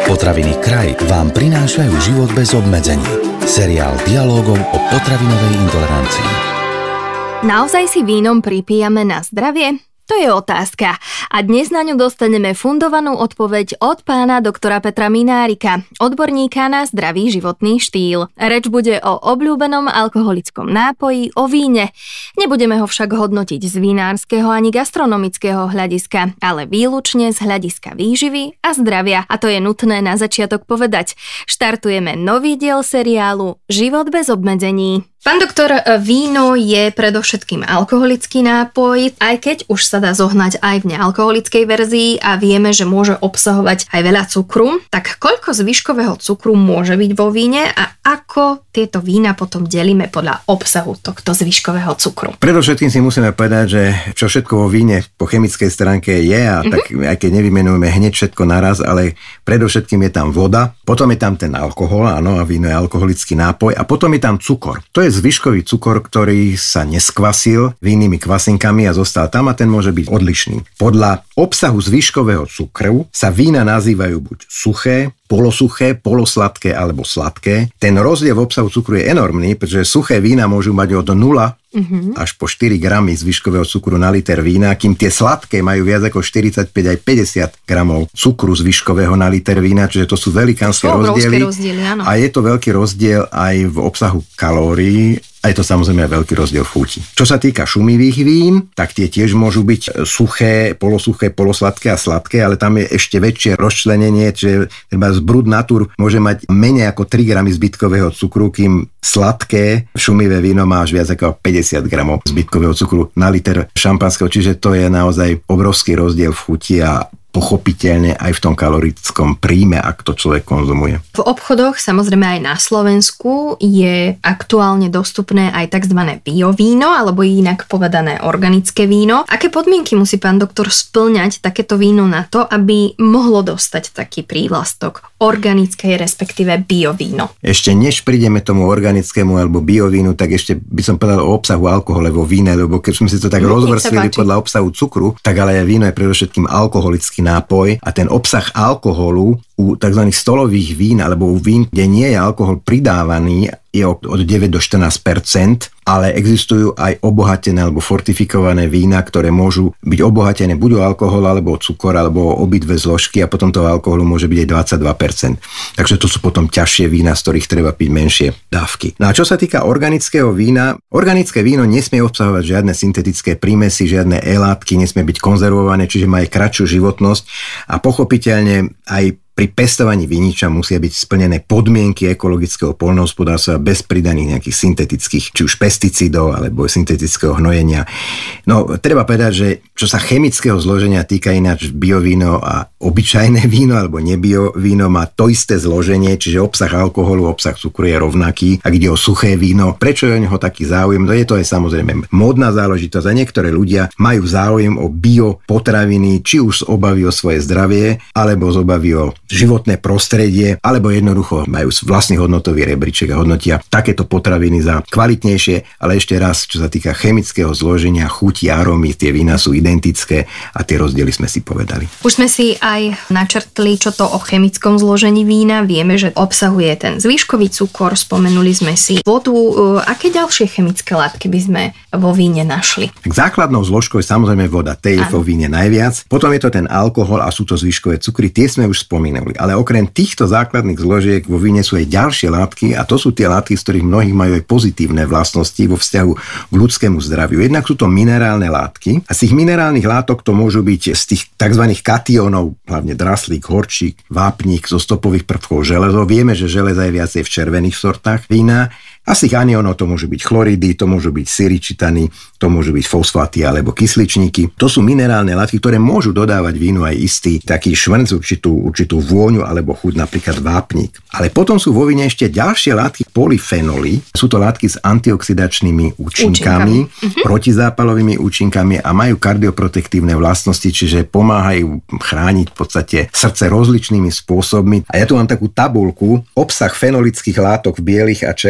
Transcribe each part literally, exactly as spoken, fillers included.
Potraviny Kraj vám prinášajú život bez obmedzení. Seriál dialógov o potravinovej intolerancii. Naozaj si vínom pripíjame na zdravie? To je otázka. A dnes na ňu dostaneme fundovanú odpoveď od pána doktora Petra Minárika, odborníka na zdravý životný štýl. Reč bude o obľúbenom alkoholickom nápoji, o víne. Nebudeme ho však hodnotiť z vinárskeho ani gastronomického hľadiska, ale výlučne z hľadiska výživy a zdravia. A to je nutné na začiatok povedať. Štartujeme nový diel seriálu Život bez obmedzení. Pán doktor, víno je predovšetkým alkoholický nápoj, aj keď už sa dá zohnať aj v nealkoholickej verzii a vieme, že môže obsahovať aj veľa cukru. Tak koľko zvyškového cukru môže byť vo víne a ako tieto vína potom delíme podľa obsahu tohto zvyškového cukru? Predovšetkým si musíme povedať, že čo všetko vo víne po chemickej stránke je a mm-hmm. tak aj keď nevymenujeme hneď všetko naraz, ale predovšetkým je tam voda, potom je tam ten alkohol, áno, a víno je alkoholický nápoj a potom je tam cukor. To je zvyškový cukor, ktorý sa neskvasil vinnými kvasinkami a zostal tam a ten môže byť odlišný. Podľa obsahu zvyškového cukru sa vína nazývajú buď suché, polosuché, polosladké alebo sladké. Ten rozdiel v obsahu cukru je enormný, pretože suché vína môžu mať od nula mm-hmm. až po štyri gramy zvyškového cukru na liter vína, kým tie sladké majú viac ako štyridsaťpäť aj päťdesiat gramov cukru zvyškového na liter vína, čiže to sú velikánske rozdiely. rozdiely áno. A je to veľký rozdiel aj v obsahu kalórií. A je to samozrejme aj veľký rozdiel v chuti. Čo sa týka šumivých vín, tak tie tiež môžu byť suché, polosuché, polosladké a sladké, ale tam je ešte väčšie rozčlenenie, čiže treba z Brut Natur môže mať menej ako tri gramy zbytkového cukru, kým sladké šumivé víno má až viac ako päťdesiat gramov zbytkového cukru na liter šampanského, čiže to je naozaj obrovský rozdiel v chuti a pochopiteľne aj v tom kalorickom príjme, ak to človek konzumuje. V obchodoch, samozrejme aj na Slovensku, je aktuálne dostupné aj tzv. Biovíno, alebo inak povedané organické víno. Aké podmienky musí pán doktor spĺňať takéto víno na to, aby mohlo dostať taký prívlastok organické, respektíve biovíno? Ešte než prídeme tomu organickému alebo biovínu, tak ešte by som povedal o obsahu alkohole vo víne, lebo keď sme si to tak no, rozvrstvili podľa obsahu cukru, tak ale aj víno je predovšetkým alkoholický nápoj a ten obsah alkoholu u tzv. Stolových vín alebo u vín, kde nie je alkohol pridávaný, je od deväť do štrnásť percent, ale existujú aj obohatené alebo fortifikované vína, ktoré môžu byť obohatené buď o alkohol alebo o cukor alebo o obidve zložky a potom toho alkoholu môže byť aj dvadsaťdva percent. Takže to sú potom ťažšie vína, z ktorých treba piť menšie dávky. No a čo sa týka organického vína, organické víno nesmie obsahovať žiadne syntetické prímesy, žiadne e-látky, nesmie byť konzervované, čiže má aj kratšiu životnosť a pochopiteľne aj pri pestovaní viniča musia byť splnené podmienky ekologického poľnohospodárstva bez pridaných nejakých syntetických, či už pesticídov alebo syntetického hnojenia. No, treba povedať, že čo sa chemického zloženia týka, ináč biovíno a obyčajné víno alebo nebiovíno má to isté zloženie, čiže obsah alkoholu, obsah cukru je rovnaký. Ak ide o suché víno, prečo je o neho taký záujem? No je to aj samozrejme módna záležitosť a niektoré ľudia majú záujem o biopotraviny, či už z obavy o svoje zdravie, alebo z obavy o životné prostredie, alebo jednoducho majú vlastný hodnotový rebríček a hodnotia takéto potraviny za kvalitnejšie, ale ešte raz, čo sa týka chemického zloženia, chuti, arómy, tie vína sú identické a tie rozdiely sme si povedali. Už sme si aj načrtli, čo to o chemickom zložení vína. Vieme, že obsahuje ten zvyškový cukor, spomenuli sme si vodu. Aké ďalšie chemické látky by sme vo víne našli? Základnou zložkou je samozrejme voda, tej je vo víne najviac. Potom je to ten alkohol a sú to zvyškové cukry, tie sme už spomínali. Ale okrem týchto základných zložiek vo víne sú aj ďalšie látky a to sú tie látky, z ktorých mnohých majú aj pozitívne vlastnosti vo vzťahu k ľudskému zdraviu. Jednak sú to minerálne látky a z tých minerálnych látok to môžu byť z tých tzv. Katiónov, hlavne draslík, horčík, vápnik, zo stopových prvkov železo. Vieme, že železa je viacej v červených sortách vína. A z tých aniónov to môžu byť chloridy, to môžu byť siričitany, to môžu byť fosfáty alebo kysličníky. To sú minerálne látky, ktoré môžu dodávať vínu aj istý taký švrnc, určitú, určitú vôňu alebo chuť, napríklad vápnik. Ale potom sú vo víne ešte ďalšie látky, polyfenoly. Sú to látky s antioxidačnými účinkami, účinkami. protizápalovými účinkami a majú kardioprotektívne vlastnosti, čiže pomáhajú chrániť v podstate srdce rozličnými spôsobmi. A ja tu mám takú tabuľku, obsah fenolických látok v bielých a červených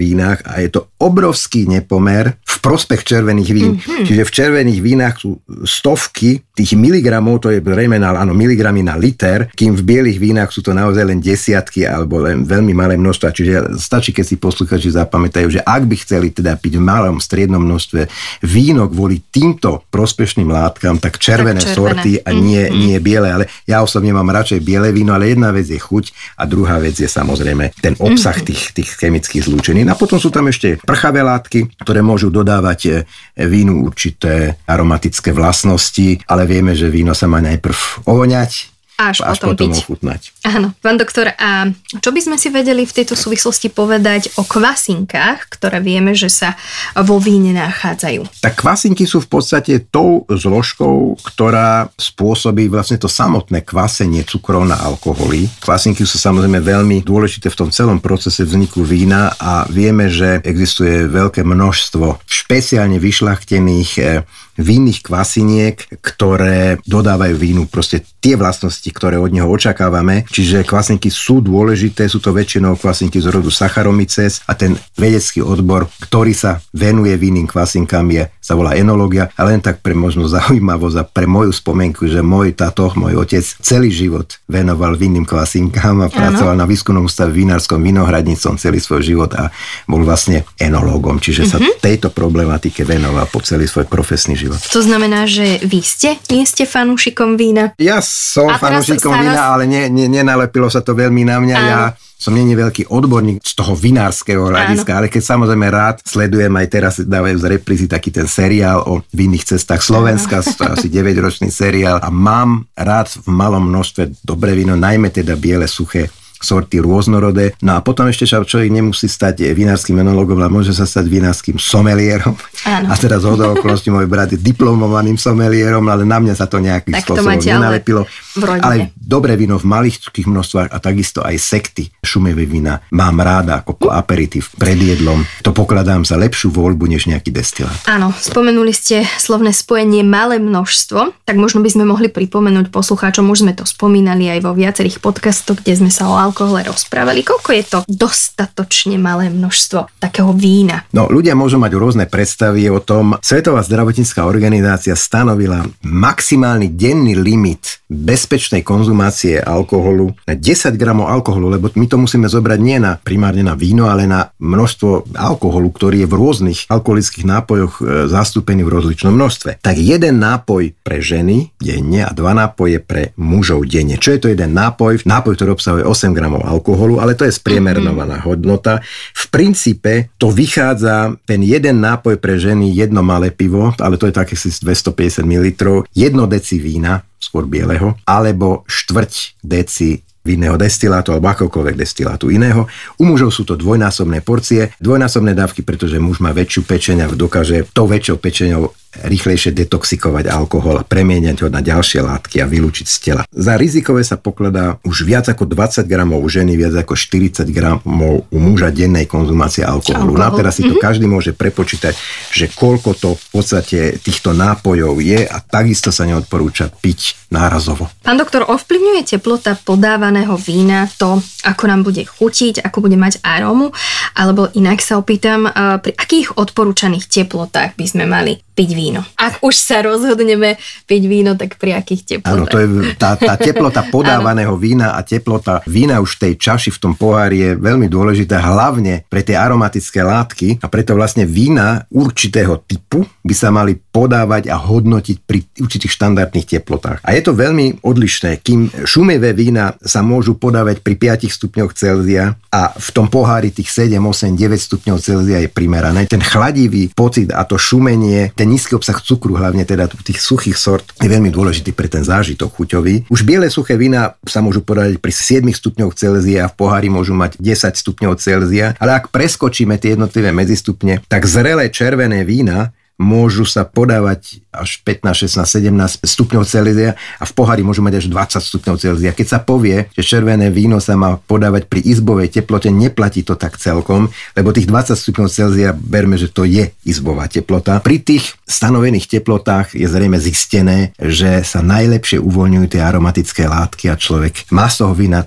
vínach a je to obrovský nepomer v prospech červených vín. Mm-hmm. Čiže v červených vínach sú stovky tých miligramov, to je zrejme na, áno, miligramy na liter, kým v bielých vínach sú to naozaj len desiatky alebo len veľmi malé množstva. Čiže stačí, keď si posluchači zapamätajú, že ak by chceli teda piť v malom striednom množstve víno kvôli týmto prospešným látkam, tak červené, tak červené. sorty a nie, mm-hmm. nie biele. Ale ja osobne mám radšej biele víno, ale jedna vec je chuť a druhá vec je samozrejme ten obsah mm-hmm. tých, tých chemických zlúčenín. A potom sú tam ešte prchavé látky, ktoré môžu dodávať vínu určité aromatické vlastnosti, ale vieme, že víno sa má najprv ovoňať, až, až potom, potom ochutnať. Áno. Pán doktor, a čo by sme si vedeli v tejto súvislosti povedať o kvasinkách, ktoré vieme, že sa vo víne nachádzajú? Tak kvasinky sú v podstate tou zložkou, ktorá spôsobí vlastne to samotné kvasenie cukrov na alkoholy. Kvasinky sú samozrejme veľmi dôležité v tom celom procese vzniku vína a vieme, že existuje veľké množstvo špeciálne vyšľachtených vínnych kvasiniek, ktoré dodávajú vínu proste tie vlastnosti, ktoré od neho očakávame. Čiže kvasinky sú dôležité, sú to väčšinou kvasinky z rodu Saccharomyces a ten vedecký odbor, ktorý sa venuje vinným kvasinkám, je, sa volá enológia. A len tak pre možno zaujímavosť a pre moju spomienku, že môj táto, môj otec celý život venoval vinným kvasinkám a pracoval ano. na výskumnom ústave vinárskom Vinohradnicom celý svoj život a bol vlastne enológom. Čiže mm-hmm. sa tejto problematike venoval po celý svoj profesný život. To znamená, že vy ste, nie ste fanúšikom vína? Ja som fanúšikom vína, sa... ale ne, ne, nenalepilo sa to veľmi na mňa. Áno. Ja som nie veľký odborník z toho vinárskeho hľadiska, ale keď samozrejme rád sledujem, aj teraz dávajú z reprízy taký ten seriál o vinných cestách Slovenska, to je asi deväťročný seriál a mám rád v malom množstve dobré víno, najmä teda biele, suché sorty rôznorodé. No a potom ešte človek nemusí stať vinárskym enologom, ale môže sa stať vinárskym somelierom. Áno. A teraz hodou okolností môj brat je diplomovaným somelierom, ale na mňa sa to nejakým tak spôsobom to nenalepilo. Ale dobré víno v malých množstvách a takisto aj sekty šumivé vína mám ráda ako aperitív pred jedlom. To pokladám za lepšiu voľbu než nejaký destilát. Áno, spomenuli ste slovné spojenie malé množstvo, tak možno by sme mohli pripomenúť poslucháčom, už sme to spomínali aj vo viacerých podcastoch, kde sme sa o alkohole rozprávali. Koľko je to dostatočne malé množstvo takého vína? No, ľudia môžu mať rôzne predstavy o tom. Svetová zdravotnícka organizácia stanovila maximálny denný limit bezpečnej konzumácie alkoholu na desať gramov alkoholu, lebo my to musíme zobrať nie na primárne na víno, ale na množstvo alkoholu, ktorý je v rôznych alkoholických nápojoch zastúpený v rozličnom množstve. Tak jeden nápoj pre ženy denne a dva nápoje pre mužov denne. Čo je to jeden nápoj? Nápoj, ktorý obsahuje osem gramov alkoholu, ale to je spriemerovaná hodnota. V princípe to vychádza ten jeden nápoj pre ženy, jedno malé pivo, ale to je také si dvestopäťdesiat mililitrov, jedno deci vína, skôr bieleho, alebo štvrť deci vinného destilátu alebo akokoľvek destilátu iného. U mužov sú to dvojnásobné porcie, dvojnásobné dávky, pretože muž má väčšiu pečeň a dokáže tou väčšou pečeňou rýchlejšie detoxikovať alkohol a premieňať ho na ďalšie látky a vylúčiť z tela. Za rizikové sa pokladá už viac ako dvadsať gramov u ženy, viac ako štyridsať gramov u muža dennej konzumácie alkoholu. Alkohol. No a teraz si to mm-hmm. každý môže prepočítať, že koľko to v podstate týchto nápojov je a takisto sa neodporúča piť nárazovo. Pán doktor, ovplyvňuje teplota podávaného vína to, ako nám bude chutiť, ako bude mať arómu? Alebo inak sa opýtam, pri akých odporúčaných teplotách by sme mali piť víno? Ak už sa rozhodneme piť víno, tak pri akých teplotách? Áno, to je tá, tá teplota podávaného vína a teplota vína už v tej čaši, v tom pohári je veľmi dôležitá, hlavne pre tie aromatické látky a preto vlastne vína určitého typu by sa mali podávať a hodnotiť pri určitých štandardných teplotách. A je to veľmi odlišné, kým šumivé vína sa môžu podávať pri piatich stupňoch Celzia a v tom pohári tých sedem, osem, deväť stupňov Celzia je primerané. Ten chladivý pocit a to šumenie, ten nízky obsah cukru, hlavne teda tých suchých sort, je veľmi dôležitý pre ten zážitok chuťový. Už biele suché vína sa môžu podávať pri siedmich stupňoch Celzia a v pohári môžu mať desať stupňov Celzia, ale ak preskočíme tie jednotlivé medzistupne, tak zrelé červené vína môžu sa podávať až pätnásť, šestnásť, sedemnásť stupňov Celzia a v pohári môžu mať až dvadsať stupňov Celzia. Keď sa povie, že červené víno sa má podávať pri izbovej teplote, neplatí to tak celkom, lebo tých dvadsať stupňov Celzia berme, že to je izbová teplota. Pri tých stanovených teplotách je zrejme zistené, že sa najlepšie uvoľňujú tie aromatické látky a človek má z toho vína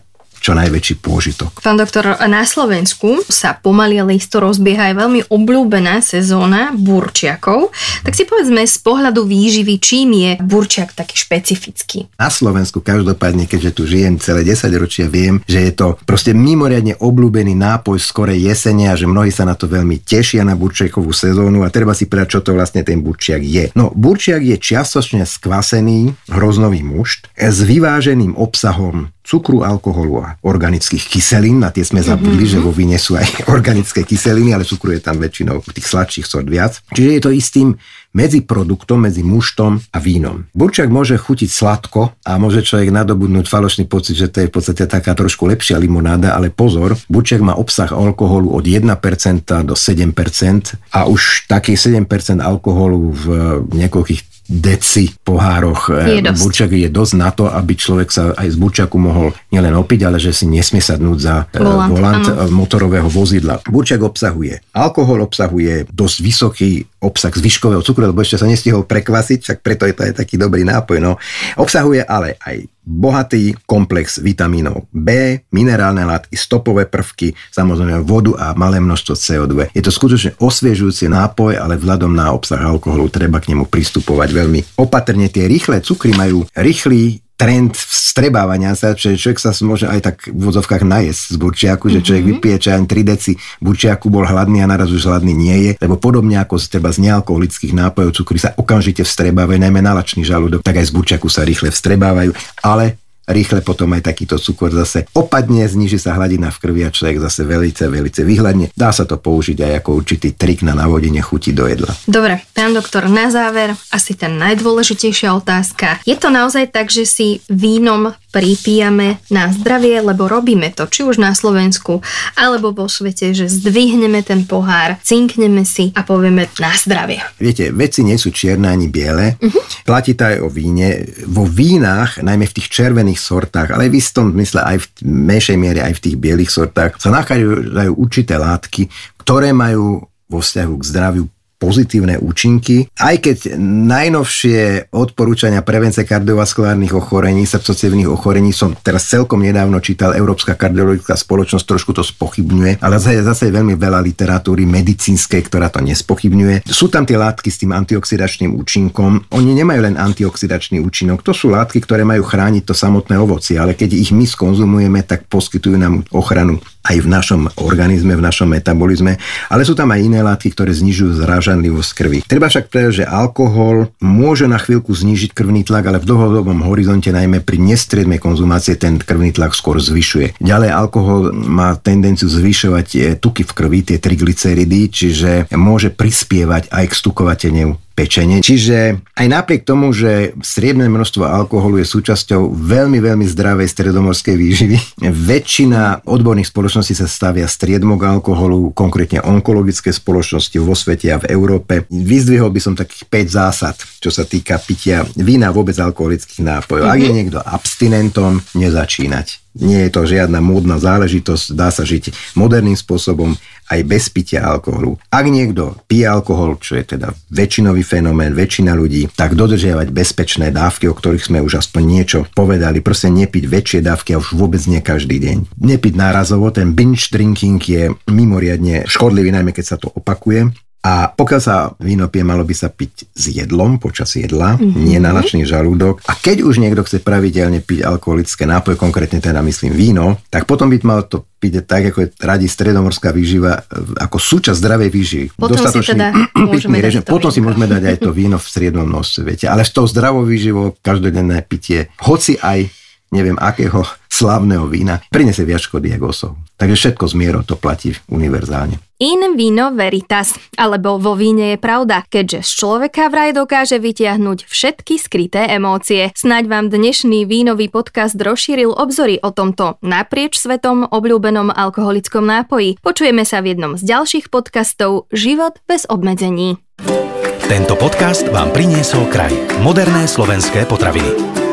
čo najväčší pôžitok. Pán doktor, na Slovensku sa pomaly listo rozbieha aj veľmi obľúbená sezóna burčiakov. Tak si povedzme z pohľadu výživy, čím je burčiak taký špecifický? Na Slovensku každopádne, keďže tu žijem celé desaťročia, viem, že je to proste mimoriadne obľúbený nápoj skorej jesene a že mnohí sa na to veľmi tešia na burčiakovú sezónu a treba si povedať, čo to vlastne ten burčiak je. No, burčiak je čiastočne skvasený hroznový mušt s vyváženým obsahom cukru, alkoholu a organických kyselín. Na tie sme zabudli, mm-hmm. že vo víne sú aj organické kyseliny, ale cukru je tam väčšinou tých sladších sort viac. Čiže je to istým medziproduktom medzi muštom a vínom. Burčiak môže chutiť sladko a môže človek nadobudnúť falošný pocit, že to je v podstate taká trošku lepšia limonáda, ale pozor, burčiak má obsah alkoholu od jeden percent do sedem percent a už takých sedem percent alkoholu v niekoľkých deci pohároch je burčiak je dosť na to, aby človek sa aj z burčiaku mohol nielen opiť, ale že si nesmie sadnúť za volant, volant motorového vozidla. Burčiak obsahuje alkohol, obsahuje dosť vysoký obsah zvyškového cukru, lebo ešte sa nestihol prekvasiť, však preto je to aj taký dobrý nápoj. No. Obsahuje ale aj bohatý komplex vitamínov B, minerálne látky, stopové prvky, samozrejme vodu a malé množstvo cé o dva. Je to skutočne osviežujúci nápoj, ale vzhľadom na obsah alkoholu treba k nemu pristupovať veľmi opatrne. Tie rýchle cukry majú rýchly trend vstrebávania sa, že človek sa môže aj tak v vodzovkách najesť z burčiaku, že človek mm-hmm. vypije čaj tri deci burčiaku, bol hladný a naraz už hladný nie je, lebo podobne ako z treba z nealkoholických nápojov cukry sa okamžite vstrebávajú, najmä na lačný žalúdok, tak aj z burčiaku sa rýchle vstrebávajú, ale rýchle potom aj takýto cukor zase opadne, zníži sa hladina v krvi a človek zase veľce, veľce vyhladne. Dá sa to použiť aj ako určitý trik na navodenie chuti do jedla. Dobre, pán doktor, na záver asi tá najdôležitejšia otázka. Je to naozaj tak, že si vínom pripíjame na zdravie, lebo robíme to, či už na Slovensku, alebo vo svete, že zdvihneme ten pohár, cinkneme si a povieme na zdravie. Viete, veci nie sú čierne ani biele. Uh-huh. Platí to aj o víne. Vo vínach, najmä v tých červených sortách, ale v istom zmysle aj v menšej miere aj v tých bielých sortách, sa nachádzajú určité látky, ktoré majú vo vzťahu k zdraviu pozitívne účinky. Aj keď najnovšie odporúčania prevence kardiovaskulárnych ochorení, srdcocievnych ochorení som teraz celkom nedávno čítal, Európska kardiologická spoločnosť trošku to spochybňuje, ale zase, zase je veľmi veľa literatúry medicínskej, ktorá to nespochybňuje. Sú tam tie látky s tým antioxidačným účinkom. Oni nemajú len antioxidačný účinok, to sú látky, ktoré majú chrániť to samotné ovocie, ale keď ich my skonzumujeme, tak poskytujú nám ochranu aj v našom organizme, v našom metabolizme, ale sú tam aj iné látky, ktoré znižujú zrážanlivosť krvi. Treba však povedať, že alkohol môže na chvíľku znížiť krvný tlak, ale v dlhodobom horizonte, najmä pri nestriedmej konzumácie, ten krvný tlak skôr zvyšuje. Ďalej alkohol má tendenciu zvyšovať tuky v krvi, tie triglyceridy, čiže môže prispievať aj k stukovateľneniu pečenie. Čiže aj napriek tomu, že striedme množstvo alkoholu je súčasťou veľmi, veľmi zdravej stredomorskej výživy, väčšina odborných spoločností sa stavia striedmo k alkoholu, konkrétne onkologické spoločnosti vo svete a v Európe. Vyzdvihol by som takých päť zásad, čo sa týka pitia vína, vôbec alkoholických nápojov. Mm-hmm. Ak je niekto abstinentom, nezačínať. Nie je to žiadna módna záležitosť, dá sa žiť moderným spôsobom aj bez pitia alkoholu. Ak niekto pije alkohol, čo je teda väčšinový fenomén, väčšina ľudí, tak dodržiavať bezpečné dávky, o ktorých sme už aspoň niečo povedali. Proste nepiť väčšie dávky a už vôbec nie každý deň. Nepiť nárazovo, ten binge drinking je mimoriadne škodlivý, najmä keď sa to opakuje. A pokiaľ sa víno pije, malo by sa piť s jedlom, počas jedla, mm-hmm. nie na lačný žalúdok. A keď už niekto chce pravidelne piť alkoholické nápoje, konkrétne teda myslím víno, tak potom by mal to piť tak, ako je radí stredomorská výživa, ako súčasť zdravej výživy. Potom si teda môžeme dať to Potom si môžeme dať aj to víno v striednom množstve, viete. Ale s tou zdravou výživou každodenné pitie, hoci aj neviem akého slávneho vína, prinesie viac škody ako osov. Takže všetko z mierou to platí univerzálne. In vino veritas, alebo vo víne je pravda, keďže z človeka vraj dokáže vytiahnuť všetky skryté emócie. Snaď vám dnešný vínový podcast rozšíril obzory o tomto naprieč svetom obľúbenom alkoholickom nápoji. Počujeme sa v jednom z ďalších podcastov Život bez obmedzení. Tento podcast vám priniesol kraj. Moderné slovenské potraviny.